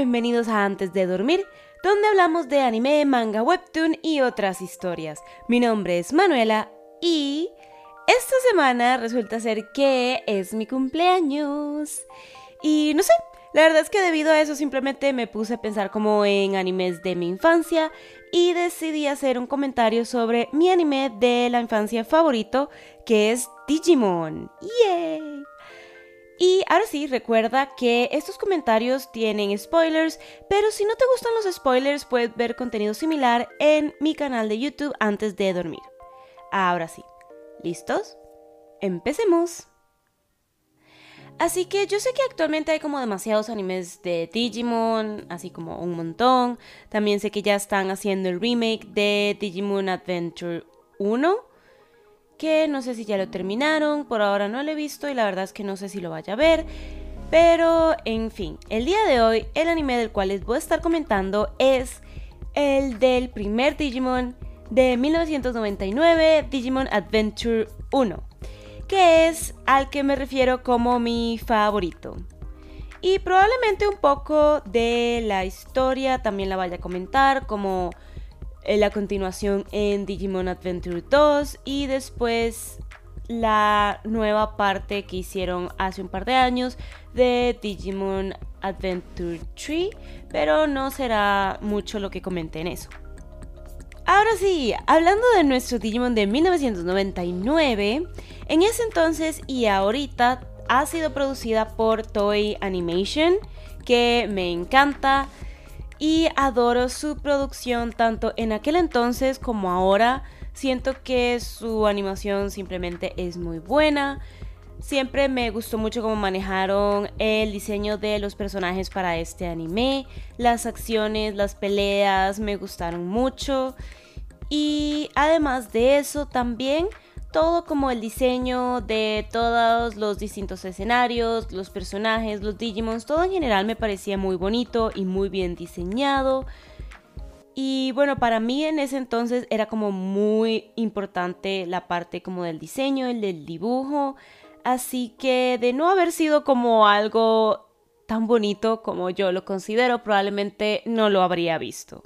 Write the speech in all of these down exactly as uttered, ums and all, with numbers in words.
bienvenidos a Antes de Dormir, donde hablamos de anime, manga, webtoon y otras historias. Mi nombre es Manuela y esta semana resulta ser que es mi cumpleaños. Y no sé, la verdad es que debido a eso simplemente me puse a pensar como en animes de mi infancia y decidí hacer un comentario sobre mi anime de la infancia favorito, que es Digimon. ¡Yay! Y ahora sí, recuerda que estos comentarios tienen spoilers, pero si no te gustan los spoilers, puedes ver contenido similar en mi canal de YouTube Antes de Dormir. Ahora sí, ¿listos? ¡Empecemos! Así que yo sé que actualmente hay como demasiados animes de Digimon, así como un montón. También sé que ya están haciendo el remake de Digimon Adventure uno. Que no sé si ya lo terminaron, por ahora no lo he visto y la verdad es que no sé si lo vaya a ver. Pero, en fin, el día de hoy el anime del cual les voy a estar comentando es el del primer Digimon de mil novecientos noventa y nueve, Digimon Adventure uno, que es al que me refiero como mi favorito. Y probablemente un poco de la historia también la vaya a comentar, como la continuación en Digimon Adventure dos y después la nueva parte que hicieron hace un par de años de Digimon Adventure tres, pero no será mucho lo que comenté en eso. Ahora sí, hablando de nuestro Digimon de mil novecientos noventa y nueve, en ese entonces y ahorita ha sido producida por Toei Animation, que me encanta. Y adoro su producción tanto en aquel entonces como ahora. Siento que su animación simplemente es muy buena. Siempre me gustó mucho cómo manejaron el diseño de los personajes para este anime. Las acciones, las peleas me gustaron mucho. Y además de eso también todo como el diseño de todos los distintos escenarios, los personajes, los Digimons, todo en general me parecía muy bonito y muy bien diseñado. Y bueno, para mí en ese entonces era como muy importante la parte como del diseño, el del dibujo. Así que de no haber sido como algo tan bonito como yo lo considero, probablemente no lo habría visto.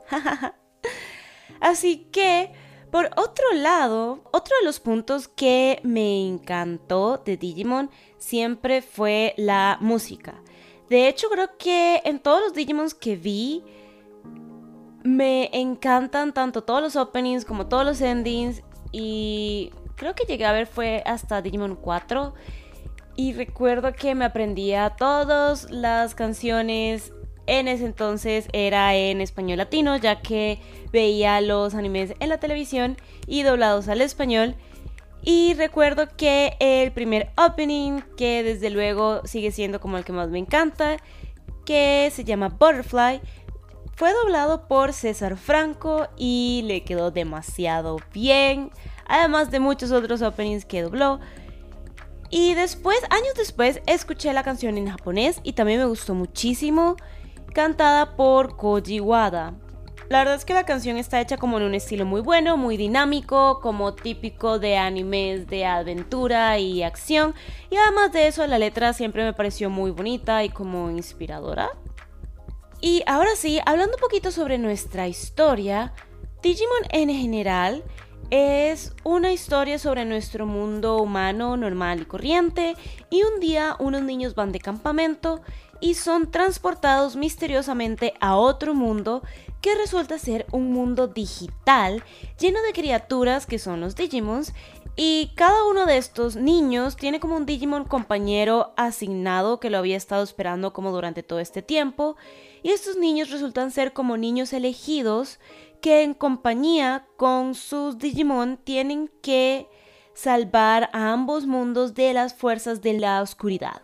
Así que, por otro lado, otro de los puntos que me encantó de Digimon siempre fue la música. De hecho, creo que en todos los Digimons que vi, me encantan tanto todos los openings como todos los endings. Y creo que llegué a ver fue hasta Digimon cuatro. Y recuerdo que me aprendía todas las canciones. En ese entonces era en español latino, ya que veía los animes en la televisión y doblados al español. Y recuerdo que el primer opening, que desde luego sigue siendo como el que más me encanta, que se llama Butterfly, fue doblado por César Franco y le quedó demasiado bien, además de muchos otros openings que dobló. Y después, años después, escuché la canción en japonés y también me gustó muchísimo, cantada por Koji Wada. La verdad es que la canción está hecha como en un estilo muy bueno, muy dinámico, como típico de animes de aventura y acción. Y además de eso, la letra siempre me pareció muy bonita y como inspiradora. Y ahora sí, hablando un poquito sobre nuestra historia, Digimon en general es una historia sobre nuestro mundo humano normal y corriente. Y un día unos niños van de campamento y son transportados misteriosamente a otro mundo que resulta ser un mundo digital lleno de criaturas que son los Digimons, y cada uno de estos niños tiene como un Digimon compañero asignado que lo había estado esperando como durante todo este tiempo, y estos niños resultan ser como niños elegidos que en compañía con sus Digimon tienen que salvar a ambos mundos de las fuerzas de la oscuridad.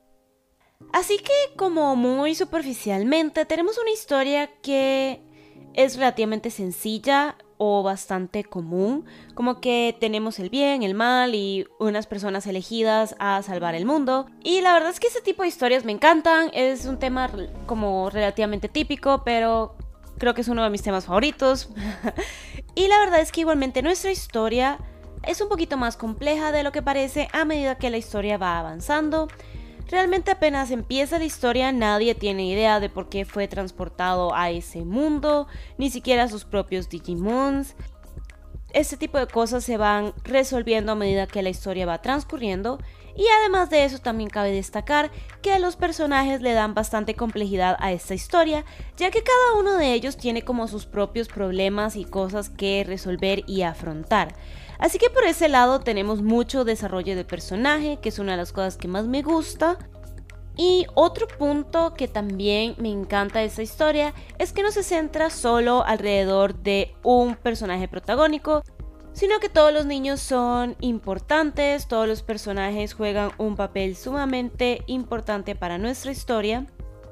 Así que, como muy superficialmente, tenemos una historia que es relativamente sencilla o bastante común, como que tenemos el bien, el mal y unas personas elegidas a salvar el mundo. Y la verdad es que ese tipo de historias me encantan, es un tema como relativamente típico, pero creo que es uno de mis temas favoritos. Y la verdad es que igualmente nuestra historia es un poquito más compleja de lo que parece a medida que la historia va avanzando. Realmente apenas empieza la historia nadie tiene idea de por qué fue transportado a ese mundo, ni siquiera sus propios Digimons. Este tipo de cosas se van resolviendo a medida que la historia va transcurriendo, y además de eso también cabe destacar que los personajes le dan bastante complejidad a esta historia, ya que cada uno de ellos tiene como sus propios problemas y cosas que resolver y afrontar. Así que por ese lado tenemos mucho desarrollo de personaje, que es una de las cosas que más me gusta. Y otro punto que también me encanta de esta historia es que no se centra solo alrededor de un personaje protagónico, sino que todos los niños son importantes, todos los personajes juegan un papel sumamente importante para nuestra historia.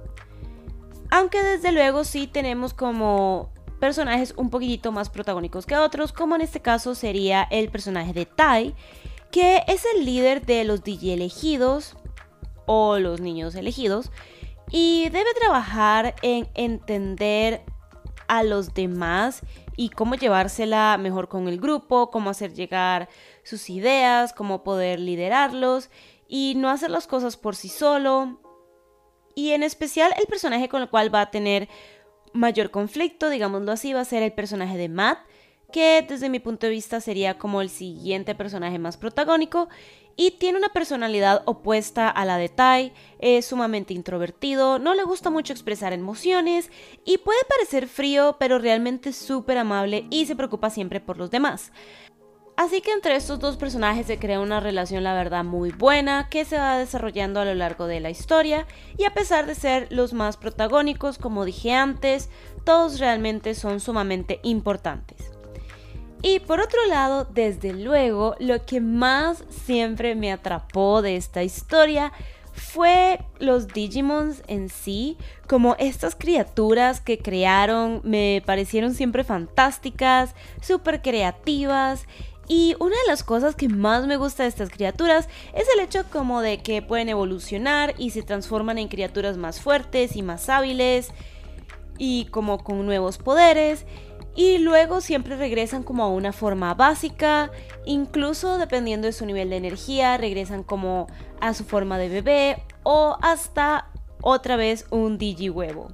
Aunque desde luego sí tenemos como personajes un poquitito más protagónicos que otros, como en este caso sería el personaje de Tai, que es el líder de los Digi elegidos, o los niños elegidos, y debe trabajar en entender a los demás y cómo llevársela mejor con el grupo, cómo hacer llegar sus ideas, cómo poder liderarlos y no hacer las cosas por sí solo. Y en especial el personaje con el cual va a tener mayor conflicto, digámoslo así, va a ser el personaje de Matt, que desde mi punto de vista sería como el siguiente personaje más protagónico, y tiene una personalidad opuesta a la de Tai. Es sumamente introvertido, no le gusta mucho expresar emociones y puede parecer frío, pero realmente es súper amable y se preocupa siempre por los demás. Así que entre estos dos personajes se crea una relación, la verdad, muy buena, que se va desarrollando a lo largo de la historia, y a pesar de ser los más protagónicos, como dije antes, todos realmente son sumamente importantes. Y por otro lado, desde luego, lo que más siempre me atrapó de esta historia fue los Digimons en sí, como estas criaturas que crearon me parecieron siempre fantásticas, súper creativas. Y una de las cosas que más me gusta de estas criaturas es el hecho como de que pueden evolucionar y se transforman en criaturas más fuertes y más hábiles y como con nuevos poderes. Y luego siempre regresan como a una forma básica, incluso dependiendo de su nivel de energía, regresan como a su forma de bebé o hasta otra vez un Digihuevo.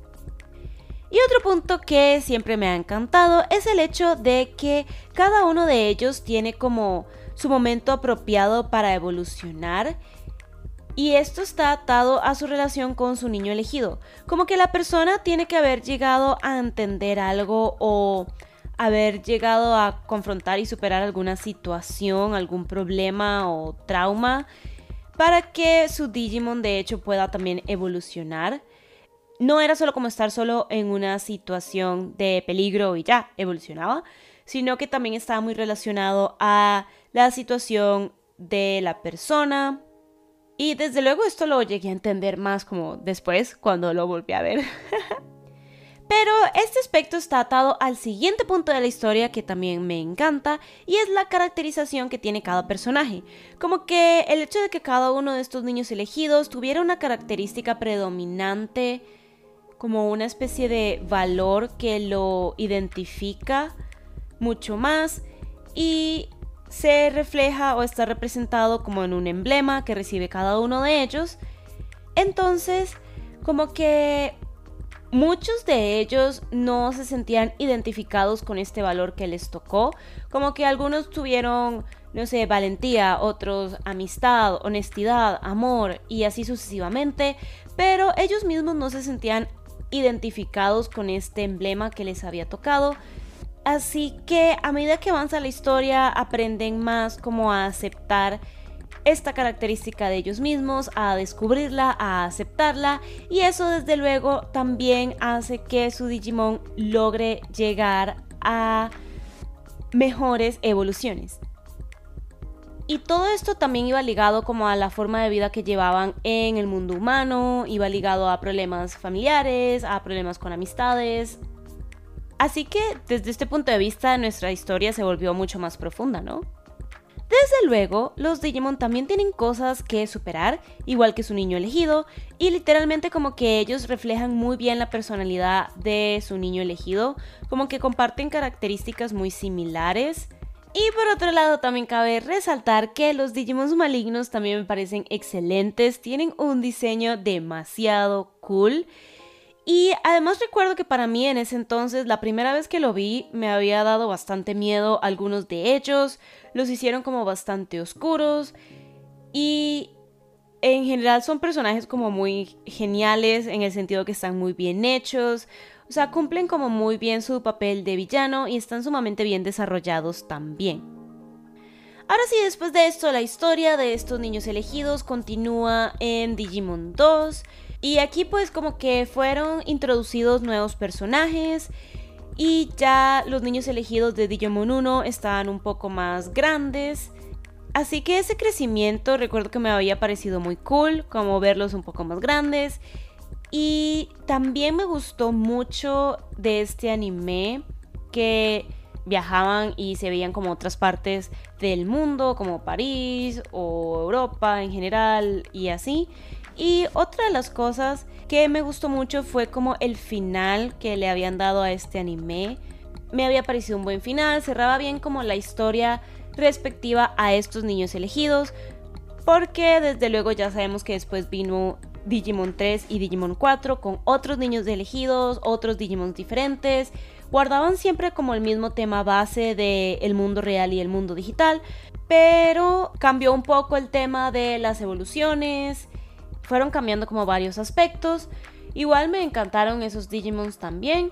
Y otro punto que siempre me ha encantado es el hecho de que cada uno de ellos tiene como su momento apropiado para evolucionar. Y esto está atado a su relación con su niño elegido. Como que la persona tiene que haber llegado a entender algo o haber llegado a confrontar y superar alguna situación, algún problema o trauma, para que su Digimon de hecho pueda también evolucionar. No era solo como estar solo en una situación de peligro y ya, evolucionaba, sino que también estaba muy relacionado a la situación de la persona. Y desde luego esto lo llegué a entender más como después, cuando lo volví a ver. Pero este aspecto está atado al siguiente punto de la historia que también me encanta, y es la caracterización que tiene cada personaje. Como que el hecho de que cada uno de estos niños elegidos tuviera una característica predominante, como una especie de valor que lo identifica mucho más y se refleja o está representado como en un emblema que recibe cada uno de ellos. Entonces, como que muchos de ellos no se sentían identificados con este valor que les tocó. Como que algunos tuvieron, no sé, valentía, otros amistad, honestidad, amor y así sucesivamente. Pero ellos mismos no se sentían identificados con este emblema que les había tocado. Así que a medida que avanza la historia aprenden más como a aceptar esta característica de ellos mismos, a descubrirla, a aceptarla, y eso desde luego también hace que su Digimon logre llegar a mejores evoluciones. Y todo esto también iba ligado como a la forma de vida que llevaban en el mundo humano, iba ligado a problemas familiares, a problemas con amistades. Así que desde este punto de vista nuestra historia se volvió mucho más profunda, ¿no? Desde luego, los Digimon también tienen cosas que superar, igual que su niño elegido, y literalmente como que ellos reflejan muy bien la personalidad de su niño elegido, como que comparten características muy similares. Y por otro lado también cabe resaltar que los Digimons malignos también me parecen excelentes, tienen un diseño demasiado cool. Y además recuerdo que para mí en ese entonces, la primera vez que lo vi, me había dado bastante miedo algunos de ellos, los hicieron como bastante oscuros y en general son personajes como muy geniales en el sentido que están muy bien hechos, o sea, cumplen como muy bien su papel de villano y están sumamente bien desarrollados también. Ahora sí, después de esto, la historia de estos niños elegidos continúa en Digimon dos. Y aquí pues como que fueron introducidos nuevos personajes. Y ya los niños elegidos de Digimon uno estaban un poco más grandes. Así que ese crecimiento recuerdo que me había parecido muy cool, como verlos un poco más grandes. Y también me gustó mucho de este anime que viajaban y se veían como otras partes del mundo, como París o Europa en general y así. Y otra de las cosas que me gustó mucho fue como el final que le habían dado a este anime. Me había parecido un buen final, cerraba bien como la historia respectiva a estos niños elegidos, porque desde luego ya sabemos que después vino Digimon tres y Digimon cuatro con otros niños elegidos, otros Digimon diferentes. Guardaban siempre como el mismo tema base del mundo real y el mundo digital, pero cambió un poco el tema de las evoluciones, fueron cambiando como varios aspectos. Igual me encantaron esos Digimons también,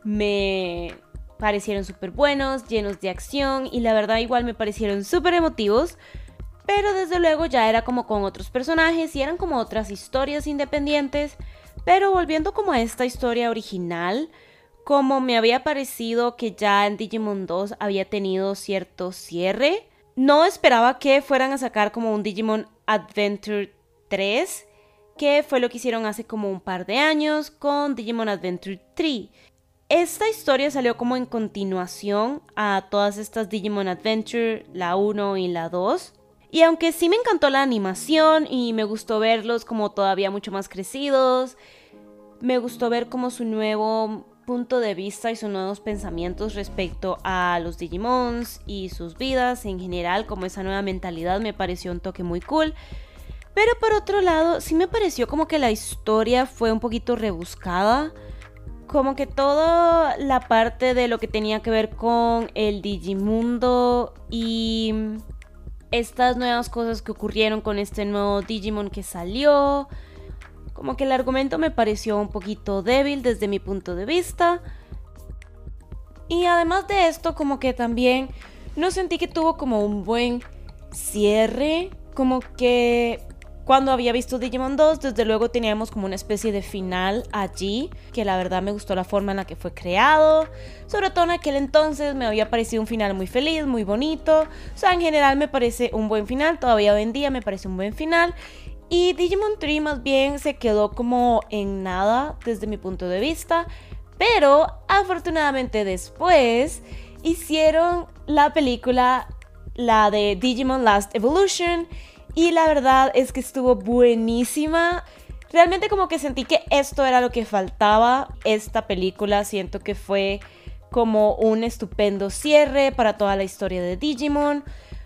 me parecieron súper buenos, llenos de acción y la verdad igual me parecieron súper emotivos. Pero desde luego ya era como con otros personajes y eran como otras historias independientes. Pero volviendo como a esta historia original, como me había parecido que ya en Digimon dos había tenido cierto cierre, no esperaba que fueran a sacar como un Digimon Adventure tres, que fue lo que hicieron hace como un par de años con Digimon Adventure tres. Esta historia salió como en continuación a todas estas Digimon Adventure, la uno y la dos. Y aunque sí me encantó la animación y me gustó verlos como todavía mucho más crecidos, me gustó ver como su nuevo punto de vista y sus nuevos pensamientos respecto a los Digimons y sus vidas en general, como esa nueva mentalidad me pareció un toque muy cool. Pero por otro lado, sí me pareció como que la historia fue un poquito rebuscada, como que toda la parte de lo que tenía que ver con el Digimundo y estas nuevas cosas que ocurrieron con este nuevo Digimon que salió, como que el argumento me pareció un poquito débil desde mi punto de vista. Y además de esto, como que también no sentí que tuvo como un buen cierre, como que cuando había visto Digimon dos, desde luego teníamos como una especie de final allí, que la verdad me gustó la forma en la que fue creado. Sobre todo en aquel entonces me había parecido un final muy feliz, muy bonito. O sea, en general me parece un buen final, todavía hoy en día me parece un buen final. Y Digimon tres más bien se quedó como en nada desde mi punto de vista. Pero afortunadamente después hicieron la película, la de Digimon Last Evolution. Y la verdad es que estuvo buenísima. Realmente como que sentí que esto era lo que faltaba. Esta película siento que fue como un estupendo cierre para toda la historia de Digimon.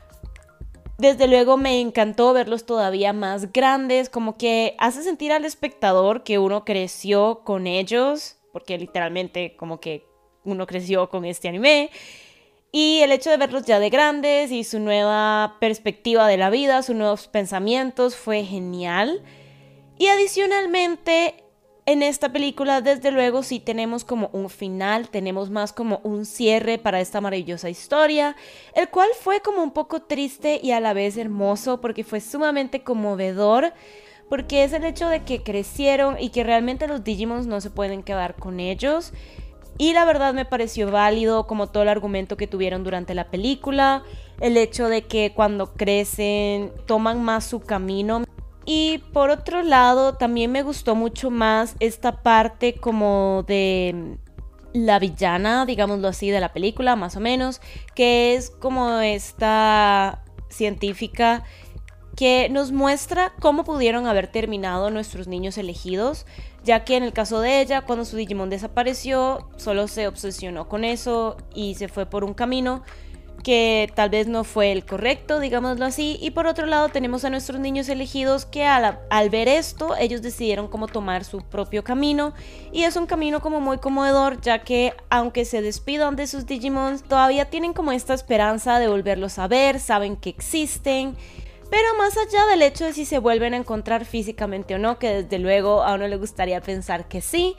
Desde luego me encantó verlos todavía más grandes. Como que hace sentir al espectador que uno creció con ellos. Porque literalmente como que uno creció con este anime. Y el hecho de verlos ya de grandes y su nueva perspectiva de la vida, sus nuevos pensamientos, fue genial. Y adicionalmente, en esta película, desde luego, sí tenemos como un final, tenemos más como un cierre para esta maravillosa historia, el cual fue como un poco triste y a la vez hermoso, porque fue sumamente conmovedor, porque es el hecho de que crecieron y que realmente los Digimons no se pueden quedar con ellos. Y la verdad me pareció válido como todo el argumento que tuvieron durante la película, el hecho de que cuando crecen toman más su camino. Y por otro lado también me gustó mucho más esta parte como de la villana, digámoslo así, de la película más o menos, que es como esta científica que nos muestra cómo pudieron haber terminado nuestros niños elegidos, ya que en el caso de ella, cuando su Digimon desapareció, solo se obsesionó con eso y se fue por un camino que tal vez no fue el correcto, digámoslo así, y por otro lado tenemos a nuestros niños elegidos que al, al ver esto ellos decidieron como tomar su propio camino, y es un camino como muy conmovedor, ya que aunque se despidan de sus Digimons todavía tienen como esta esperanza de volverlos a ver, saben que existen. Pero más allá del hecho de si se vuelven a encontrar físicamente o no, que desde luego a uno le gustaría pensar que sí,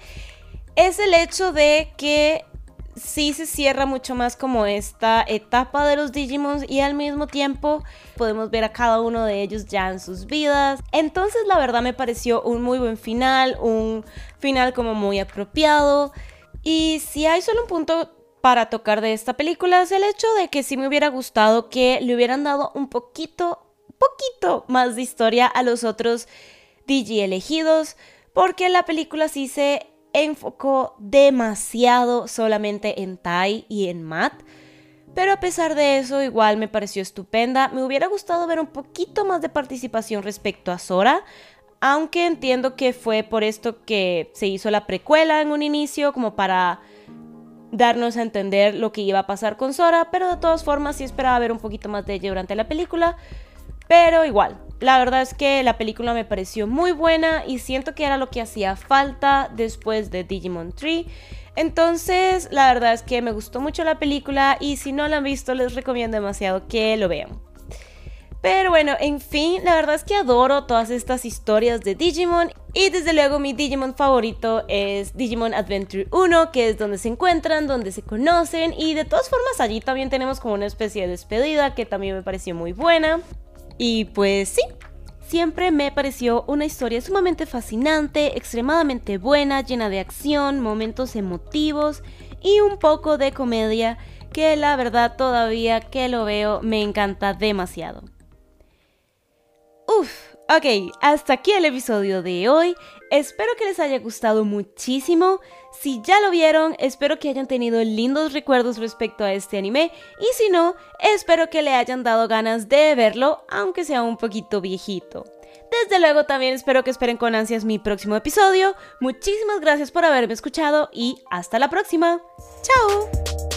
es el hecho de que sí se cierra mucho más como esta etapa de los Digimons y al mismo tiempo podemos ver a cada uno de ellos ya en sus vidas. Entonces la verdad me pareció un muy buen final, un final como muy apropiado. Y si hay solo un punto para tocar de esta película es el hecho de que sí me hubiera gustado que le hubieran dado un poquito, poquito más de historia a los otros Digi elegidos, porque la película sí se enfocó demasiado solamente en Tai y en Matt, pero a pesar de eso igual me pareció estupenda. Me hubiera gustado ver un poquito más de participación respecto a Sora, aunque entiendo que fue por esto que se hizo la precuela en un inicio, como para darnos a entender lo que iba a pasar con Sora, pero de todas formas sí esperaba ver un poquito más de ella durante la película. Pero igual, la verdad es que la película me pareció muy buena y siento que era lo que hacía falta después de Digimon tres. Entonces, la verdad es que me gustó mucho la película y si no la han visto les recomiendo demasiado que lo vean. Pero bueno, en fin, la verdad es que adoro todas estas historias de Digimon y desde luego mi Digimon favorito es Digimon Adventure uno, que es donde se encuentran, donde se conocen, y de todas formas allí también tenemos como una especie de despedida que también me pareció muy buena. Y pues sí, siempre me pareció una historia sumamente fascinante, extremadamente buena, llena de acción, momentos emotivos y un poco de comedia que la verdad todavía que lo veo me encanta demasiado. Uf, ok, hasta aquí el episodio de hoy. Espero que les haya gustado muchísimo. Si ya lo vieron, espero que hayan tenido lindos recuerdos respecto a este anime. Y si no, espero que le hayan dado ganas de verlo, aunque sea un poquito viejito. Desde luego también espero que esperen con ansias mi próximo episodio. Muchísimas gracias por haberme escuchado y hasta la próxima. ¡Chao!